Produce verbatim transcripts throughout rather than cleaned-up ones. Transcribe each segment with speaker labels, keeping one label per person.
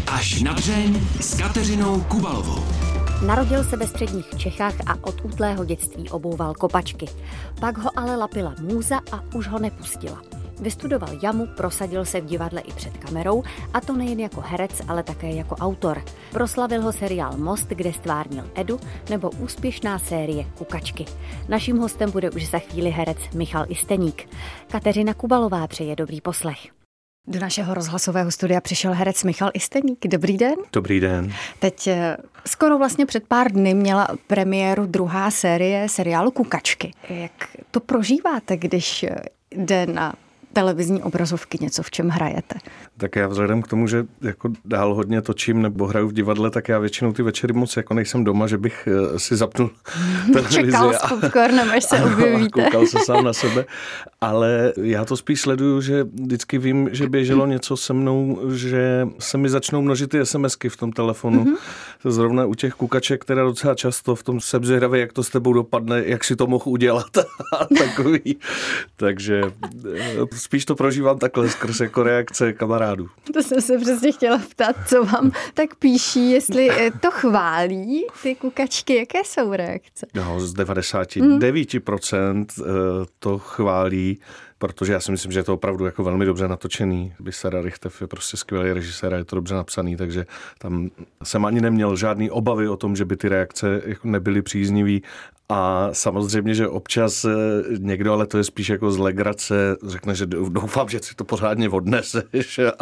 Speaker 1: Až na dřeň s Kateřinou Kubalovou.
Speaker 2: Narodil se ve středních Čechách a od útlého dětství obouval kopačky. Pak ho ale lapila můza a už ho nepustila. Vystudoval jamu, prosadil se v divadle i před kamerou, a to nejen jako herec, ale také jako autor. Proslavil ho seriál Most, kde stvárnil Edu, nebo úspěšná série Kukačky. Naším hostem bude už za chvíli herec Michal Isteník. Kateřina Kubalová přeje dobrý poslech. Do našeho rozhlasového studia přišel herec Michal Isteník. Dobrý den.
Speaker 3: Dobrý den.
Speaker 2: Teď skoro vlastně před pár dny měla premiéru druhá série seriálu Kukačky. Jak to prožíváte, když jde na televizní obrazovky něco, v čem hrajete?
Speaker 3: Tak já vzhledem k tomu, že jako dál hodně točím nebo hraju v divadle, tak já většinou ty večery moc jako nejsem doma, že bych si zapnul televizi.
Speaker 2: Čekal s popcornem, až se objevíte.
Speaker 3: Koukal se sám na sebe. Ale já to spíš sleduju, že vždycky vím, že běželo něco se mnou, že se mi začnou množit ty SMSky v tom telefonu. Mm-hmm. Zrovna u těch kukaček, které docela často v tom jsem zvědavý, jak to s tebou dopadne, jak si to mohl udělat a takový. Takže spíš to prožívám takhle skrz jako reakce kamarádů.
Speaker 2: To jsem se přesně chtěla ptát, co vám tak píší, jestli to chválí, ty kukačky, jaké jsou reakce?
Speaker 3: No, z devadesát devět procent to chválí, protože já si myslím, že je to opravdu jako velmi dobře natočený. Bisera Richtev je prostě skvělý režisér a je to dobře napsaný, takže tam jsem ani neměl žádný obavy o tom, že by ty reakce jako nebyly příznivý. A samozřejmě, že občas někdo, ale to je spíš jako z legrace, řekne, že doufám, že si to pořádně odneseš, a,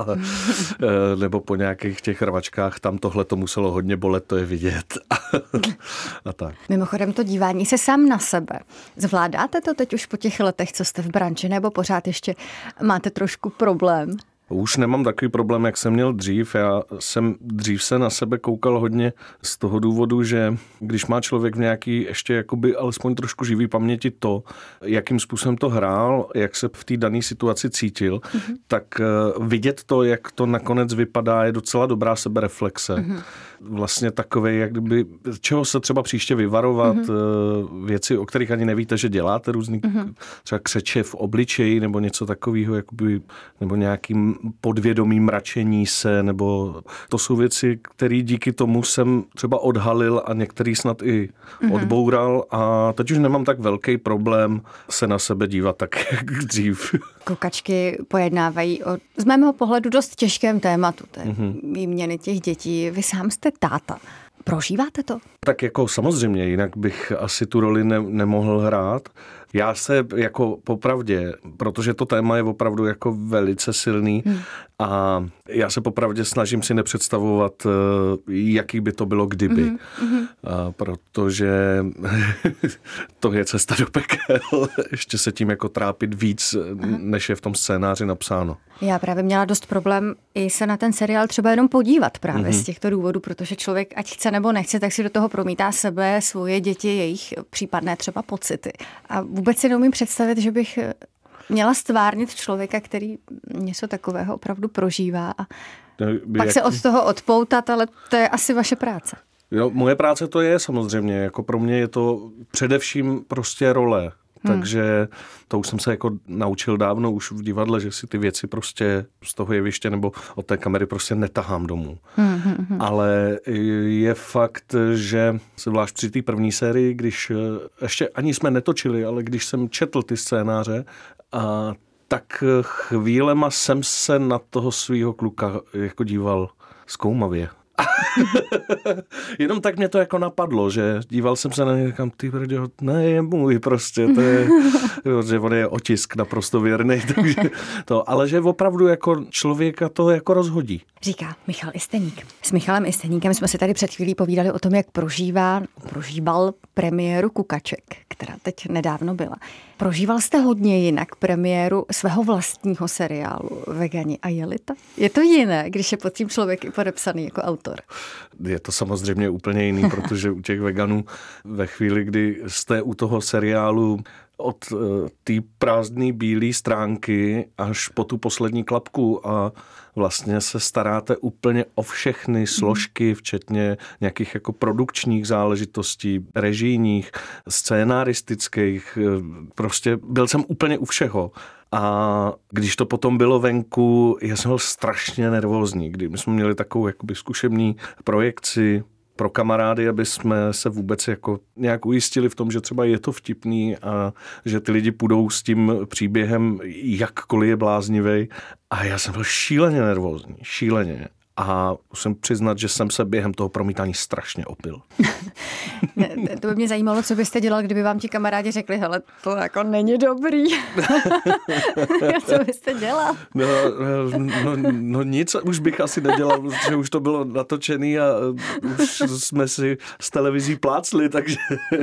Speaker 3: nebo po nějakých těch rvačkách tam tohle to muselo hodně bolet, to je vidět. A tak.
Speaker 2: Mimochodem to dívání se sám na sebe. Zvládáte to teď už po těch letech, co jste v branži, nebo pořád ještě máte trošku problém?
Speaker 3: Už nemám takový problém, jak jsem měl dřív. Já jsem dřív se na sebe koukal hodně z toho důvodu, že když má člověk v nějaký ještě jakoby alespoň trošku živý paměti to, jakým způsobem to hrál, jak se v té dané situaci cítil, mm-hmm. tak vidět to, jak to nakonec vypadá, je docela dobrá sebereflexe. Mm-hmm. Vlastně takové, jak kdyby, čeho se třeba příště vyvarovat, mm-hmm. věci, o kterých ani nevíte, že děláte, různý mm-hmm. třeba křeče v obličeji nebo něco takového, jakoby, nebo nějakým podvědomí mračení se, nebo to jsou věci, které díky tomu jsem třeba odhalil a některý snad i mm-hmm. odboural, a teď už nemám tak velký problém se na sebe dívat tak, jak dřív.
Speaker 2: Kukačky pojednávají o, z mého pohledu, dost těžkém tématu, to je mm-hmm. výměny těch dětí. Vy sám jste táta. Prožíváte to?
Speaker 3: Tak jako samozřejmě, jinak bych asi tu roli ne, nemohl hrát. Já se jako popravdě, protože to téma je opravdu jako velice silný hmm. a já se popravdě snažím si nepředstavovat, jaký by to bylo kdyby. Hmm. A protože to je cesta do pekel. Ještě se tím jako trápit víc, Aha. než je v tom scénáři napsáno.
Speaker 2: Já právě měla dost problém i se na ten seriál třeba jenom podívat právě hmm. z těchto důvodů, protože člověk, ať chce nebo nechce, tak si do toho promítá sebe, svoje děti, jejich případné třeba pocity. A vůbec si neumím představit, že bych měla stvárnit člověka, který něco takového opravdu prožívá a no, pak jak... se od toho odpoutat, ale to je asi vaše práce.
Speaker 3: Jo, moje práce to je samozřejmě, jako pro mě je to především prostě role. Hmm. Takže to už jsem se jako naučil dávno už v divadle, že si ty věci prostě z toho jeviště nebo od té kamery prostě netahám domů. Hmm, hmm, hmm. Ale je fakt, že zvlášť při té první sérii, když ještě ani jsme netočili, ale když jsem četl ty scénáře, a tak chvílema jsem se na toho svýho kluka jako díval zkoumavě. Jenom tak mě to jako napadlo, že díval jsem se na něj, říkám, ty brďo, ne, je můj prostě, to je, že on je otisk naprosto věrný, takže to, ale že opravdu jako člověka to jako rozhodí.
Speaker 2: Říká Michal Isteník. S Michalem Isteníkem jsme si tady před chvílí povídali o tom, jak prožívá, prožíval premiéru Kukaček, která teď nedávno byla. Prožíval jste hodně jinak premiéru svého vlastního seriálu Vegani a Jelita? Je to jiné, když je pod tím člověk i podepsaný jako autor?
Speaker 3: Je to samozřejmě úplně jiný, protože u těch veganů ve chvíli, kdy jste u toho seriálu od té prázdné bílé stránky až po tu poslední klapku a vlastně se staráte úplně o všechny složky, včetně nějakých jako produkčních záležitostí, režijních, scénaristických. Prostě byl jsem úplně u všeho. A když to potom bylo venku, já jsem byl strašně nervózní, kdy my jsme měli takovou jakoby zkušební projekci pro kamarády, aby jsme se vůbec jako nějak ujistili v tom, že třeba je to vtipný a že ty lidi půjdou s tím příběhem jakkoliv je bláznivej. A já jsem byl šíleně nervózní, šíleně. A musím přiznat, že jsem se během toho promítání strašně opil.
Speaker 2: To by mě zajímalo, co byste dělal, kdyby vám ti kamarádi řekli, hele, to jako není dobrý. Co byste dělal?
Speaker 3: No, no, no, no nic už bych asi nedělal, protože už to bylo natočený a už jsme si z televizí plácli, takže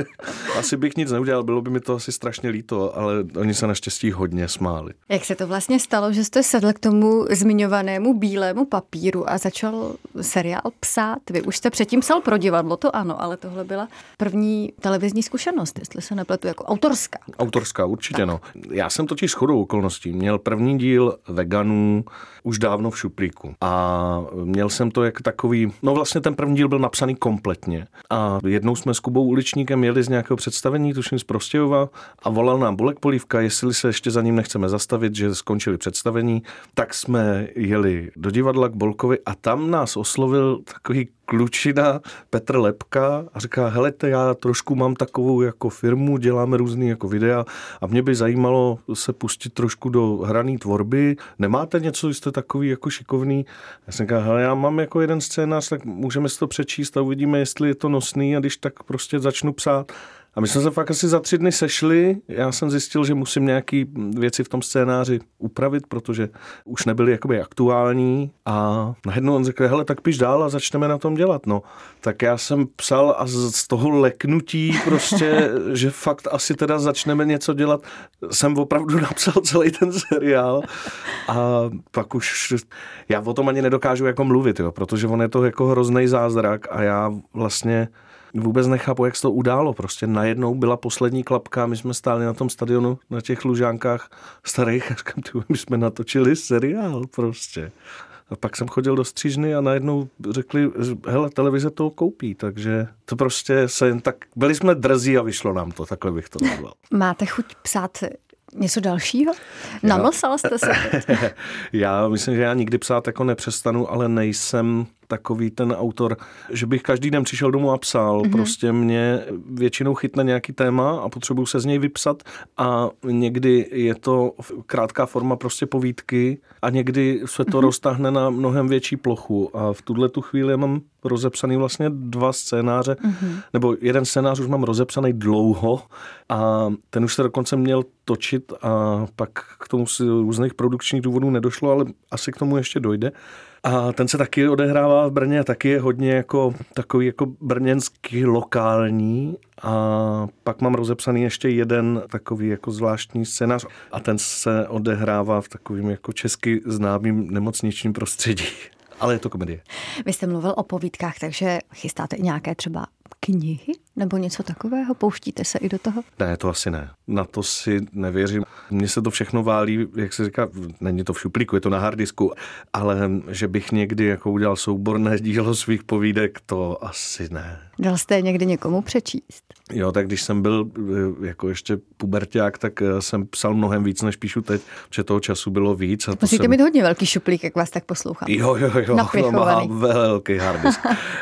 Speaker 3: asi bych nic neudělal. Bylo by mi to asi strašně líto, ale oni se naštěstí hodně smáli.
Speaker 2: Jak se to vlastně stalo, že jste sedl k tomu zmiňovanému bílému papíru a začal seriál psát? Vy už jste předtím psal pro divadlo, to ano, ale tohle byla první televizní zkušenost, jestli se nepletu, jako autorská.
Speaker 3: Autorská, určitě tak. No. Já jsem totiž shodou okolností měl první díl Veganů už dávno v šuplíku a měl jsem to jak takový, no vlastně ten první díl byl napsaný kompletně a jednou jsme s Kubou Uličníkem jeli z nějakého představení, tuším z Prostějova a volal nám Bolek Polívka, jestli se ještě za ním nechceme zastavit, že skončili představení, tak jsme jeli do divadla k Bolkovi a tam nás oslovil takový klučina Petr Lepka a říká, helejte, já trošku mám takovou jako firmu, děláme různý jako videa a mě by zajímalo se pustit trošku do hraný tvorby. Nemáte něco, jste takový jako šikovný? Já jsem říkal, hele, já mám jako jeden scénář, tak můžeme si to přečíst a uvidíme, jestli je to nosný a když tak prostě začnu psát. A my jsme se fakt asi za tři dny sešli. Já jsem zjistil, že musím nějaký věci v tom scénáři upravit, protože už nebyly jakoby aktuální. A najednou on řekl, hele, tak píš dál a začneme na tom dělat. No, tak já jsem psal a z toho leknutí prostě, že fakt asi teda začneme něco dělat, jsem opravdu napsal celý ten seriál. A pak už, já o tom ani nedokážu jako mluvit, jo, protože on je to jako hrozný zázrak a já vlastně vůbec nechápu, jak se to událo. Prostě najednou byla poslední klapka, my jsme stáli na tom stadionu, na těch lužánkách starých a říkám, ty, my jsme natočili seriál prostě. A pak jsem chodil do střížny a najednou řekli, hele, televize to koupí, takže to prostě se jen tak, byli jsme drzí a vyšlo nám to, takhle bych to nazval.
Speaker 2: Máte chuť psát něco dalšího? Namlsal jste se?
Speaker 3: Já myslím, že já nikdy psát jako nepřestanu, ale nejsem takový ten autor, že bych každý den přišel domů a psal. Mm-hmm. Prostě mě většinou chytne nějaký téma a potřebuju se z něj vypsat a někdy je to krátká forma prostě povídky a někdy se to mm-hmm. roztáhne na mnohem větší plochu a v tuhle tu chvíli mám rozepsaný vlastně dva scénáře, mm-hmm. nebo jeden scénář už mám rozepsaný dlouho a ten už se dokonce měl točit a pak k tomu z různých produkčních důvodů nedošlo, ale asi k tomu ještě dojde. A ten se taky odehrává v Brně, taky je hodně jako takový jako brněnský lokální a pak mám rozepsaný ještě jeden takový jako zvláštní scénář a ten se odehrává v takovým jako česky známým nemocničním prostředí. Ale je to komedie.
Speaker 2: Vy jste mluvil o povídkách, takže chystáte i nějaké třeba knihy nebo něco takového? Pouštíte se i do toho?
Speaker 3: Ne, to asi ne. Na to si nevěřím. Mně se to všechno válí, jak se říká, není to v šuplíku, je to na harddisku, ale že bych někdy jako udělal souborné dílo svých povídek, to asi ne.
Speaker 2: Dal jste někdy někomu přečíst?
Speaker 3: Jo, tak když jsem byl jako ještě puberťák, tak jsem psal mnohem víc, než píšu teď, protože toho času bylo víc. A to
Speaker 2: musíte
Speaker 3: jsem...
Speaker 2: mít hodně velký šuplík, jak vás tak poslouchám.
Speaker 3: Jo, jo, jo, no, mám velký harddisk.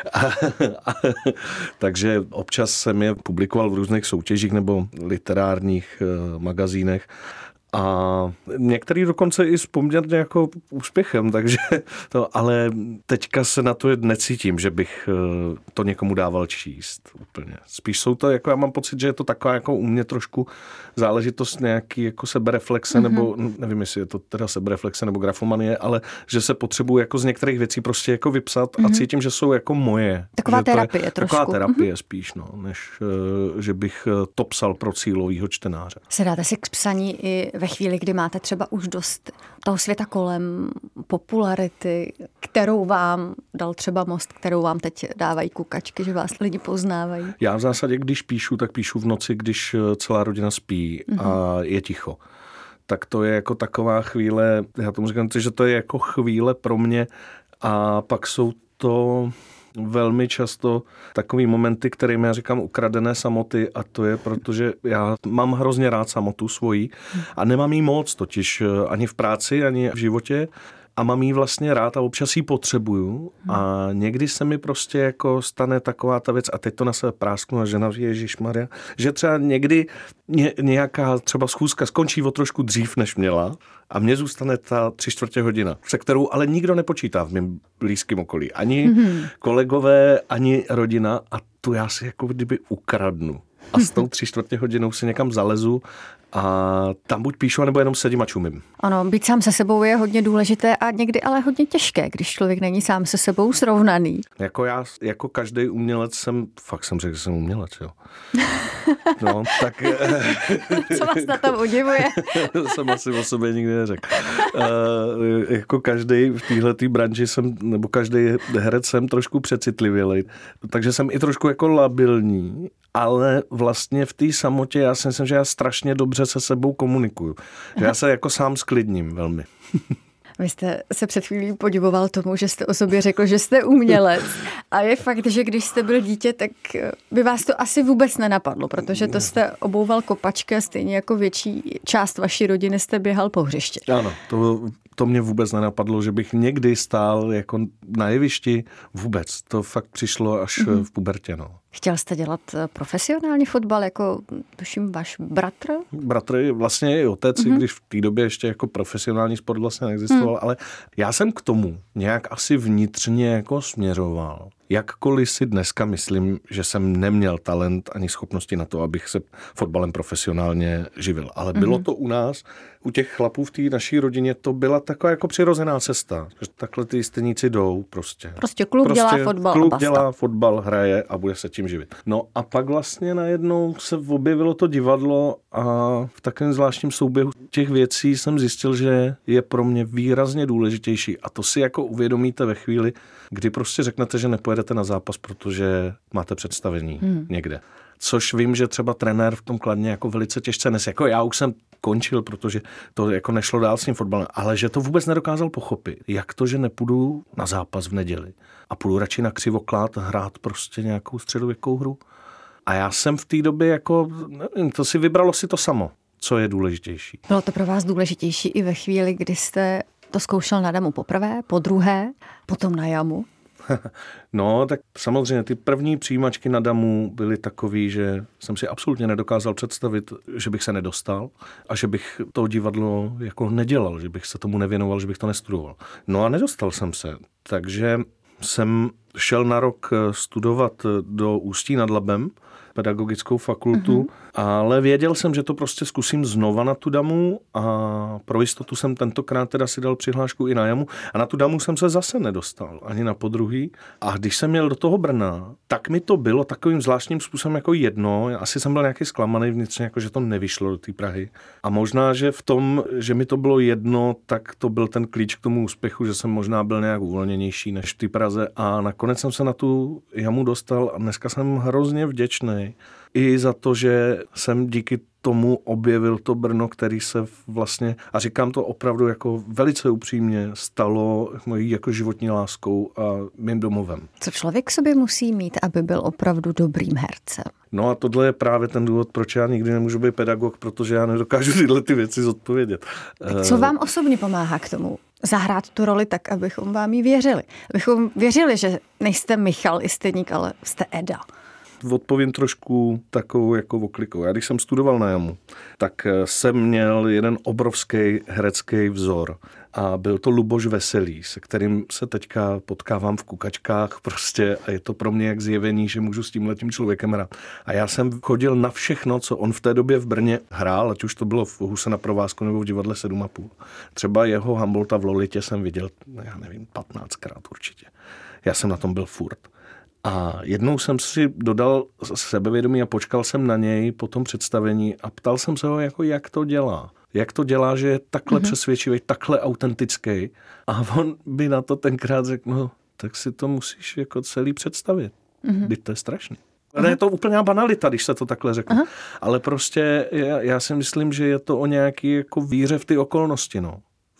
Speaker 3: Takže občas jsem je publikoval v různých soutěžích nebo literárních uh, magazínech. A některý dokonce i s poměrně jako úspěchem, takže to, ale teďka se na to necítím, že bych to někomu dával číst úplně. Spíš jsou to, jako já mám pocit, že je to taková jako u mě trošku záležitost nějaký jako sebereflexe, mm-hmm. nebo nevím, jestli je to teda sebereflexe nebo grafomanie, ale že se potřebuji jako z některých věcí prostě jako vypsat mm-hmm. a cítím, že jsou jako moje.
Speaker 2: Taková
Speaker 3: že
Speaker 2: terapie
Speaker 3: je,
Speaker 2: trošku.
Speaker 3: Taková terapie mm-hmm. spíš, no, než že bych to psal pro cílovýho čtenáře.
Speaker 2: Sedáte si k psaní i ve chvíli, kdy máte třeba už dost toho světa kolem, popularity, kterou vám dal třeba Most, kterou vám teď dávají kukačky, že vás lidi poznávají? Já
Speaker 3: v zásadě, když píšu, tak píšu v noci, když celá rodina spí mm-hmm. a je ticho. Tak to je jako taková chvíle, já tomu říkám, že to je jako chvíle pro mě a pak jsou to velmi často takový momenty, kterým já říkám ukradené samoty, a to je proto, že já mám hrozně rád samotu svojí a nemám jí moc, totiž ani v práci, ani v životě. A mám jí vlastně rád a občas jí potřebuju a někdy se mi prostě jako stane taková ta věc a teď to na sebe prásknu a žena ježišmarja, že třeba někdy ně, nějaká třeba schůzka skončí o trošku dřív, než měla a mně zůstane ta tři čtvrtě hodina, se kterou ale nikdo nepočítá v mém blízkém okolí. Ani mm-hmm. kolegové, ani rodina a tu já si jako kdyby ukradnu. A s tou tři čtvrtě hodinou si někam zalezu a tam buď píšu, nebo jenom sedím a čumím.
Speaker 2: Ano, být sám se sebou je hodně důležité a někdy ale hodně těžké, když člověk není sám se sebou srovnaný.
Speaker 3: Jako já, jako každý umělec jsem, fakt jsem řekl, že jsem umělec, jo. No, tak...
Speaker 2: Co vás na tom udivuje?
Speaker 3: To jsem asi o sobě nikdy neřekl. Uh, jako každý v téhletý branži jsem, nebo každý herec jsem trošku přecitlivělej. Takže jsem i trošku jako labilní, ale vlastně v té samotě já si myslím, že já strašně dobře se sebou komunikuju. Že já se jako sám sklidním velmi.
Speaker 2: Vy jste se před chvílí podivoval tomu, že jste o sobě řekl, že jste umělec. A je fakt, že když jste byl dítě, tak by vás to asi vůbec nenapadlo, protože to jste obouval kopačky a stejně jako větší část vaší rodiny jste běhal po hřišti.
Speaker 3: Ano, to, to mě vůbec nenapadlo, že bych někdy stál jako na jevišti. Vůbec. To fakt přišlo až mm-hmm. v pubertě, no.
Speaker 2: Chtěl jste dělat profesionální fotbal, jako tuším váš bratr?
Speaker 3: Bratr je vlastně i otec, mm-hmm. když v té době ještě jako profesionální sport vlastně neexistoval, mm. ale já jsem k tomu nějak asi vnitřně jako směřoval. Jakkoliv si dneska myslím, že jsem neměl talent ani schopnosti na to, abych se fotbalem profesionálně živil. Ale mm-hmm. bylo to u nás, u těch chlapů v té naší rodině, to byla taková jako přirozená cesta. Že takhle ty stejníci jdou prostě.
Speaker 2: Prostě kluk prostě dělá fotbal
Speaker 3: kluk
Speaker 2: a basta.
Speaker 3: dělá fotbal, hraje a bude se tím živit. No a pak vlastně najednou se objevilo to divadlo a v takovém zvláštním souběhu těch věcí jsem zjistil, že je pro mě výrazně důležitější. A to si jako uvědomíte ve chvíli, kdy prostě řeknete, že nepojedete na zápas, protože máte představení hmm. někde. Což vím, že třeba trenér v tom Kladně jako velice těžce nes. Jako já už jsem končil, protože to jako nešlo dál s tím fotbalem, ale že to vůbec nedokázal pochopit. Jak to, že nepůjdu na zápas v neděli a půjdu radši na Křivoklát hrát prostě nějakou středověkou hru. A já jsem v té době jako, nevím, to si vybralo si to samo, co je důležitější.
Speaker 2: Bylo to pro vás důležitější i ve chvíli, kdy jste to zkoušel na Damu poprvé, po druhé, potom na Jamu?
Speaker 3: No, tak samozřejmě ty první přijímačky na Damu byly takový, že jsem si absolutně nedokázal představit, že bych se nedostal a že bych to divadlo jako nedělal, že bych se tomu nevěnoval, že bych to nestudoval. No a nedostal jsem se, takže jsem šel na rok studovat do Ústí nad Labem, pedagogickou fakultu, mm-hmm. ale věděl jsem, že to prostě zkusím znova na tu Damu a pro jistotu jsem tentokrát teda si dal přihlášku i na Jamu a na tu Damu jsem se zase nedostal, ani na podruhý. A když jsem měl do toho Brna, tak mi to bylo takovým zvláštním způsobem jako jedno, asi jsem byl nějaký zklamaný vnitřně, jako že to nevyšlo do té Prahy. A možná, že v tom, že mi to bylo jedno, tak to byl ten klíč k tomu úspěchu, že jsem možná byl nějak uvolněnější než v té Praze a nakonec jsem se na tu Jamu dostal a dneska jsem hrozně vděčný i za to, že jsem díky tomu objevil to Brno, který se vlastně, a říkám to opravdu jako velice upřímně, stalo mojí jako životní láskou a mým domovem.
Speaker 2: Co člověk sobě musí mít, aby byl opravdu dobrým hercem?
Speaker 3: No a tohle je právě ten důvod, proč já nikdy nemůžu být pedagog, protože já nedokážu tyhle ty věci zodpovědět.
Speaker 2: Tak co vám osobně pomáhá k tomu? Zahrát tu roli tak, abychom vám ji věřili. Abychom věřili, že nejste Michal Isteník, ale jste Eda.
Speaker 3: Odpovím trošku takovou jako oklikou. Já když jsem studoval na Jamu, tak jsem měl jeden obrovský herecký vzor a byl to Luboš Veselý, se kterým se teďka potkávám v Kukačkách prostě a je to pro mě jak zjevení, že můžu s tímhletím člověkem hrát. A já jsem chodil na všechno, co on v té době v Brně hrál, ať už to bylo v Huse na provázku nebo v divadle sedm a půl. Třeba jeho Humboldta v Lolitě jsem viděl, já nevím, patnáctkrát určitě. Já jsem na tom byl furt. A jednou jsem si dodal sebevědomí a počkal jsem na něj po tom představení a ptal jsem se ho, jako jak to dělá. Jak to dělá, že je takhle mm-hmm. přesvědčivý, takhle autentický. A on by na to tenkrát řekl, no, tak si to musíš jako celý představit. Mm-hmm. Byť to je strašný. Ale je to úplná banalita, když se to takhle řekne. Aha. Ale prostě já, já si myslím, že je to o nějaký jako víře v ty okolnosti, no.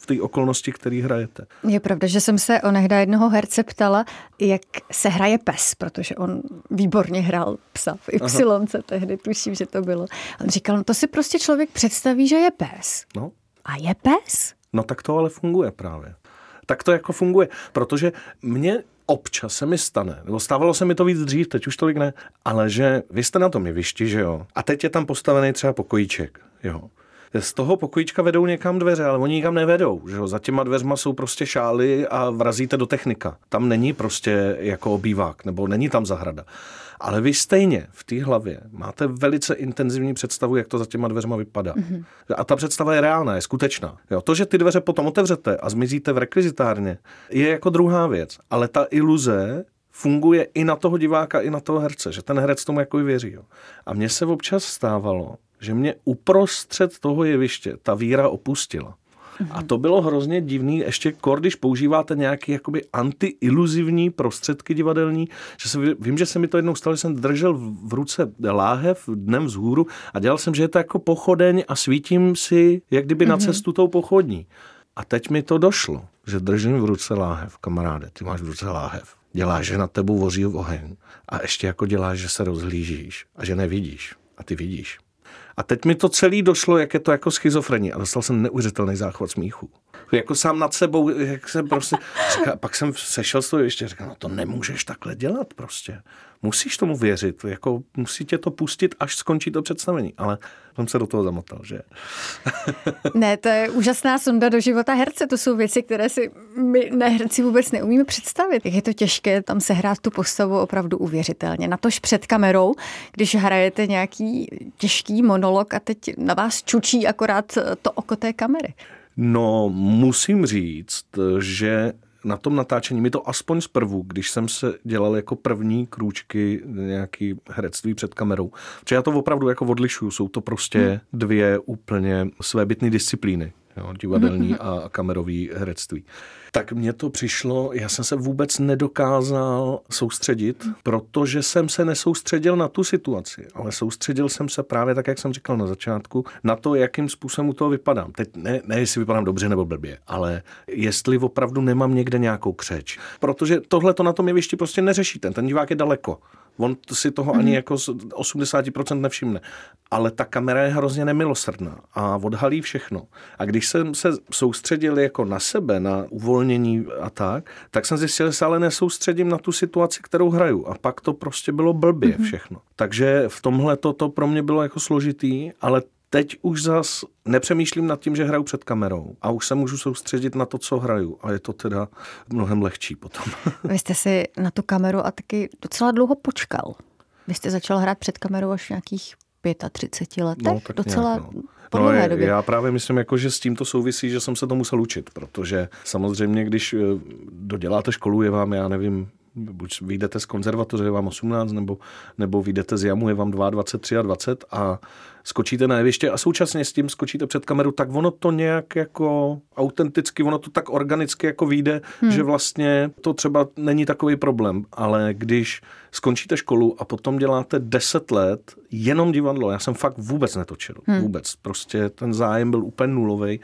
Speaker 3: v té okolnosti, který hrajete.
Speaker 2: Je pravda, že jsem se onehda jednoho herce ptala, jak se hraje pes, protože on výborně hrál psa v Ypsilonce tehdy, tuším, že to bylo. On říkal, no to si prostě člověk představí, že je pes.
Speaker 3: No.
Speaker 2: A je pes?
Speaker 3: No tak to ale funguje právě. Tak to jako funguje, protože mě občas se mi stane, nebo stávalo se mi to víc dřív, teď už tolik ne, ale že vy jste na tom jevišti, že jo, a teď je tam postavený třeba pokojíček, jo. Z toho pokojíčka vedou někam dveře, ale oni nikam nevedou, že jo. Za těma dveřma jsou prostě šály a vrazíte do technika. Tam není prostě jako obývák, nebo není tam zahrada. Ale vy stejně v té hlavě máte velice intenzivní představu, jak to za těma dveřma vypadá. Mm-hmm. A ta představa je reálná, je skutečná. Jo, to, že ty dveře potom otevřete a zmizíte v rekvizitárně, je jako druhá věc. Ale ta iluze funguje i na toho diváka, i na toho herce, že ten herec tomu jako věří. Jo. A mně se občas stávalo, že mě uprostřed toho jeviště ta víra opustila. A to bylo hrozně divný, ještě kor, když používáte nějaký jakoby antiiluzivní prostředky divadelní, že se, vím, že se mi to jednou stalo, že jsem držel v ruce láhev dnem vzhůru a dělal jsem, že je to jako pochodeň a svítím si, jak kdyby mm-hmm. na cestu tou pochodní. A teď mi to došlo, že držím v ruce láhev, kamaráde, ty máš v ruce láhev. Děláš, že nad tebou voří oheň a ještě jako děláš, že se rozhlížíš a že nevidíš a ty vidíš. A teď mi to celý došlo, jak je to jako schizofrení. A dostal jsem neuvěřitelný záchvat smíchu. Jako sám nad sebou, jak jsem prostě... Říká, pak jsem sešel z toho ještě, říkal, no to nemůžeš takhle dělat prostě. Musíš tomu věřit, jako musí tě to pustit, až skončí to představení. Ale jsem se do toho zamotal, že?
Speaker 2: Ne, to je úžasná sonda do života herce. To jsou věci, které si my neherci vůbec neumíme představit. Jak je to těžké tam sehrát tu postavu opravdu uvěřitelně. Natož před kamerou, když hrajete nějaký těžký monolog a teď na vás čučí akorát to oko té kamery.
Speaker 3: No, musím říct, že na tom natáčení mi to aspoň zprvu, když jsem se dělal jako první krůčky nějaký herectví před kamerou. Protože já to opravdu jako odlišuju, jsou to prostě dvě úplně svébytné disciplíny. Jo, divadelní a kamerový herectví. Tak mně to přišlo, já jsem se vůbec nedokázal soustředit, protože jsem se nesoustředil na tu situaci, ale soustředil jsem se právě tak, jak jsem říkal na začátku, na to, jakým způsobem u toho vypadám. Teď ne, ne jestli vypadám dobře nebo blbě, ale jestli opravdu nemám někde nějakou křeč. Protože tohle to na tom jevišti prostě neřešíte, ten divák je daleko. On si toho ani jako osmdesát procent nevšimne. Ale ta kamera je hrozně nemilosrdná a odhalí všechno. A když jsem se soustředil jako na sebe, na uvolnění a tak, tak jsem zjistil, že se ale nesoustředím na tu situaci, kterou hraju. A pak to prostě bylo blbě všechno. Takže v tomhle to, to pro mě bylo jako složitý, ale teď už zas nepřemýšlím nad tím, že hraju před kamerou a už se můžu soustředit na to, co hraju a je to teda mnohem lehčí potom.
Speaker 2: Vy jste si na tu kameru a taky docela dlouho počkal. Vy jste začal hrát před kamerou až nějakých třicet pět letech?
Speaker 3: No, tak
Speaker 2: docela
Speaker 3: nějak, no.
Speaker 2: po
Speaker 3: No,
Speaker 2: dlouhé době.
Speaker 3: Já právě myslím, jako, že s tím to souvisí, že jsem se to musel učit, protože samozřejmě, když doděláte školu, je vám, já nevím, buď vyjdete z konzervatoře, je vám osmnáct, nebo, nebo vyjdete z jamu, je vám dvacet dva, dvacet tři a skočíte na jeviště a současně s tím skočíte před kameru, tak ono to nějak jako autenticky, ono to tak organicky jako vyjde, hmm. že vlastně to třeba není takový problém, ale když skončíte školu a potom děláte deset let jenom divadlo, já jsem fakt vůbec netočil, hmm. vůbec, prostě ten zájem byl úplně nulovej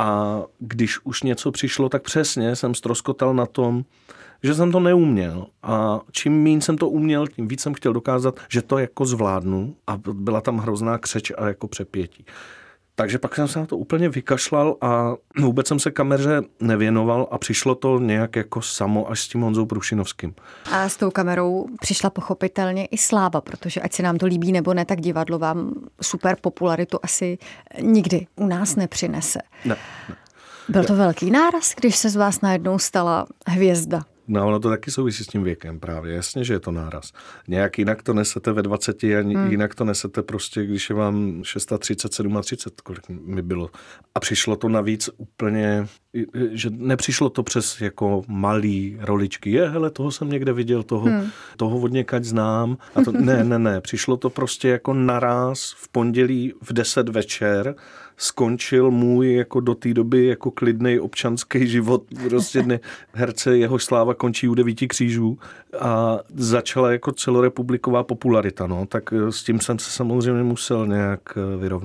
Speaker 3: a když už něco přišlo, tak přesně jsem ztroskotal na tom, že jsem to neuměl a čím méně jsem to uměl, tím víc jsem chtěl dokázat, že to jako zvládnu a byla tam hrozná křeč a jako přepětí. Takže pak jsem se na to úplně vykašlal a vůbec jsem se kameře nevěnoval a přišlo to nějak jako samo až s tím Honzou Prušinovským.
Speaker 2: A s tou kamerou přišla pochopitelně i sláva, protože ať se nám to líbí nebo ne, tak divadlo vám super popularitu asi nikdy u nás nepřinese.
Speaker 3: Ne, ne.
Speaker 2: Byl to velký náraz, když se z vás najednou stala hvězda?
Speaker 3: No, ono to taky souvisí s tím věkem právě. Jasně, že je to náraz. Nějak jinak to nesete ve dvaceti a hmm. jinak to nesete prostě, když je vám třicet šest, třicet sedm, kolik mi bylo. A přišlo to navíc úplně, že nepřišlo to přes jako malý roličky. Je, hele, toho jsem někde viděl, toho, hmm. toho od někať znám. A to, ne, ne, ne. Přišlo to prostě jako naraz v pondělí v deset večer. Skončil můj jako do té doby jako klidnej občanský život. Prostě dny herce, jehož sláva končí u devíti křížů a začala jako celorepubliková popularita. No. Tak s tím jsem se samozřejmě musel nějak vyrovnat.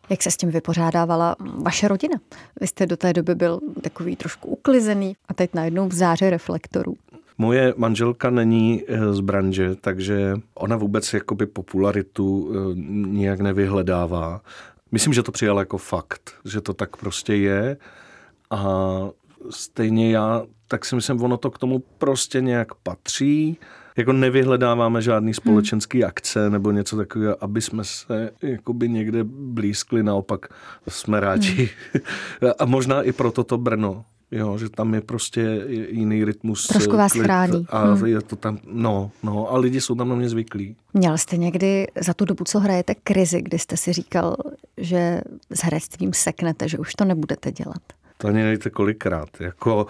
Speaker 2: Jak se s tím vypořádávala vaše rodina? Vy jste do té doby byl takový trošku uklizený a teď najednou v záři reflektorů.
Speaker 3: Moje manželka není z branže, takže ona vůbec jakoby popularitu nijak nevyhledává. Myslím, že to přijala jako fakt, že to tak prostě je a stejně já, tak si myslím, ono to k tomu prostě nějak patří. Jako nevyhledáváme žádný společenský akce nebo něco takového, aby jsme se jakoby někde blízkli, naopak jsme rádi. Hmm. A možná i proto to Brno. Jo, že tam je prostě jiný rytmus.
Speaker 2: Trošku vás chrání.
Speaker 3: A hmm. je to tam, no, no, a lidi jsou tam na mě zvyklí.
Speaker 2: Měl jste někdy za tu dobu, co hrajete, krizi, kdy jste si říkal, že s herectvím seknete, že už to nebudete dělat?
Speaker 3: To ani nevíte kolikrát. Jako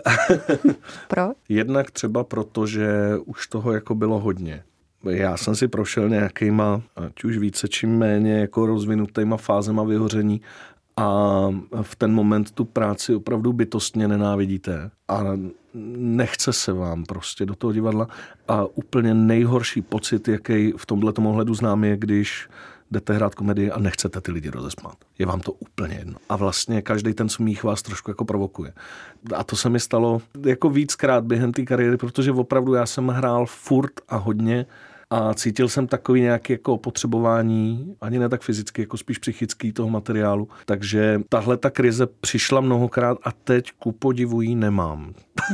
Speaker 2: Proč?
Speaker 3: Jednak třeba proto, že už toho jako bylo hodně. Já jsem si prošel nějakýma, ať už více čím méně, jako rozvinutýma fázema vyhoření a v ten moment tu práci opravdu bytostně nenávidíte a nechce se vám prostě do toho divadla a úplně nejhorší pocit, jaký v tomhletom ohledu znám, je, když jdete hrát komedii a nechcete ty lidi rozesmát. Je vám to úplně jedno. A vlastně každý ten smích vás trošku jako provokuje. A to se mi stalo jako víckrát během té kariéry, protože opravdu já jsem hrál furt a hodně a cítil jsem takový nějaký jako potřebování, ani ne tak fyzicky, jako spíš psychický toho materiálu. Takže tahle ta krize přišla mnohokrát a teď ku podivu ji nemám.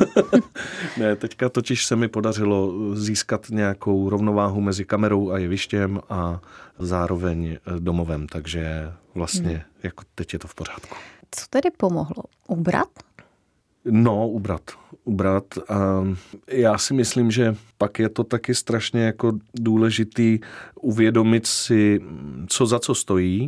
Speaker 3: Ne, teďka totiž se mi podařilo získat nějakou rovnováhu mezi kamerou a jevištěm a zároveň domovem, takže vlastně hmm. jako teď je to v pořádku.
Speaker 2: Co tedy pomohlo? Ubrat?
Speaker 3: No, ubrat. Ubrat. A já si myslím, že pak je to taky strašně jako důležitý uvědomit si, co za co stojí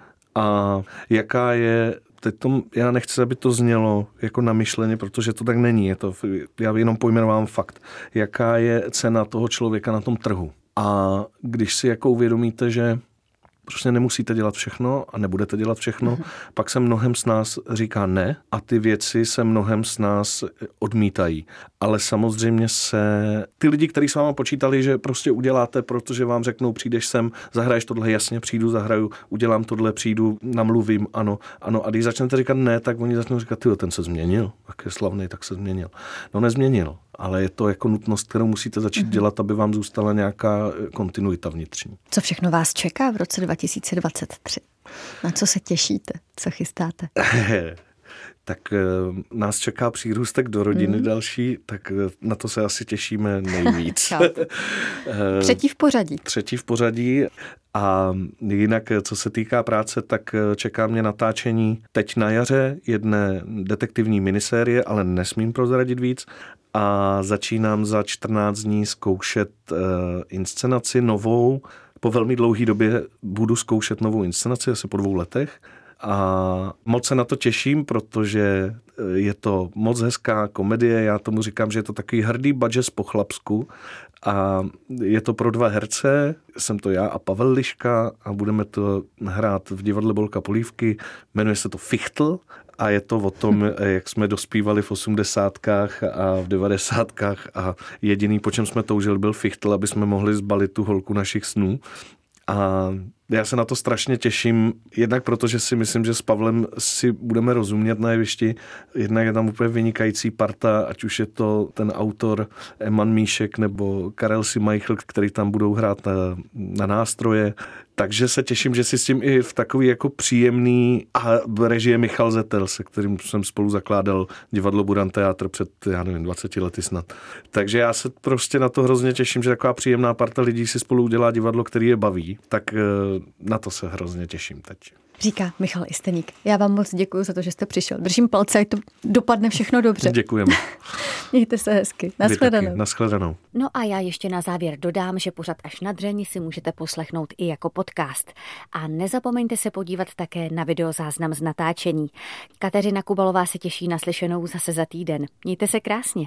Speaker 3: a jaká je, teď to, já nechci, aby to znělo jako namyšleně, protože to tak není. Je to, já jenom pojmenovám fakt. Jaká je cena toho člověka na tom trhu. A když si jako uvědomíte, že prostě nemusíte dělat všechno a nebudete dělat všechno, mm-hmm. pak se mnohem z nás říká ne a ty věci se mnohem z nás odmítají. Ale samozřejmě se ty lidi, kteří s váma počítali, že prostě uděláte, protože vám řeknou, přijdeš sem, zahraješ tohle, jasně, přijdu, zahraju, udělám tohle, přijdu, namluvím, ano, ano. A když začnete říkat ne, tak oni začnou říkat, tyjo, ten se změnil, tak je slavný, tak se změnil. No nezměnil, ale je to jako nutnost, kterou musíte začít mm-hmm. dělat, aby vám zůstala nějaká kontinuita vnitřní.
Speaker 2: Co všechno vás čeká v roce dva tisíce dvacet tři? Na co se těšíte? Co chystáte?
Speaker 3: Tak nás čeká přírůstek do rodiny mm. další, tak na to se asi těšíme nejvíc.
Speaker 2: Třetí v pořadí.
Speaker 3: Třetí v pořadí a jinak, co se týká práce, tak čeká mě natáčení teď na jaře jedné detektivní minisérie, ale nesmím prozradit víc. A začínám za čtrnáct dní zkoušet uh, inscenaci novou. Po velmi dlouhé době budu zkoušet novou inscenaci, asi po dvou letech. A moc se na to těším, protože je to moc hezká komedie. Já tomu říkám, že je to takový hrdý badžes po chlapsku. A je to pro dva herce, jsem to já a Pavel Liška a budeme to hrát v divadle Bolka Polívky. Jmenuje se to Fichtl a je to o tom, jak jsme dospívali v osmdesátkách a v devadesátkách a jediný, po čem jsme toužili, byl Fichtl, aby jsme mohli zbalit tu holku našich snů. A já se na to strašně těším, jednak protože si myslím, že s Pavlem si budeme rozumět na jevišti, jednak je tam úplně vynikající parta, ať už je to ten autor Eman Míšek nebo Karel Simajchl, který tam budou hrát na, na nástroje. Takže se těším, že si s tím i v takový jako příjemný a režie Michal Zetel, se kterým jsem spolu zakládal divadlo Buran Teátr před, já nevím, dvaceti lety snad. Takže já se prostě na to hrozně těším, že taková příjemná parta lidí si spolu udělá divadlo, který je baví. Tak na to se hrozně těším teď.
Speaker 2: Říká Michal Isteník. Já vám moc děkuji za to, že jste přišel. Držím palce, ať to dopadne všechno dobře.
Speaker 3: Děkujeme.
Speaker 2: Mějte se hezky. Naschledanou.
Speaker 3: Naschledanou.
Speaker 2: No a já ještě na závěr dodám, že pořad Až na dřeň si můžete poslechnout i jako podcast. A nezapomeňte se podívat také na videozáznam z natáčení. Kateřina Kubalová se těší na slyšenou zase za týden. Mějte se krásně.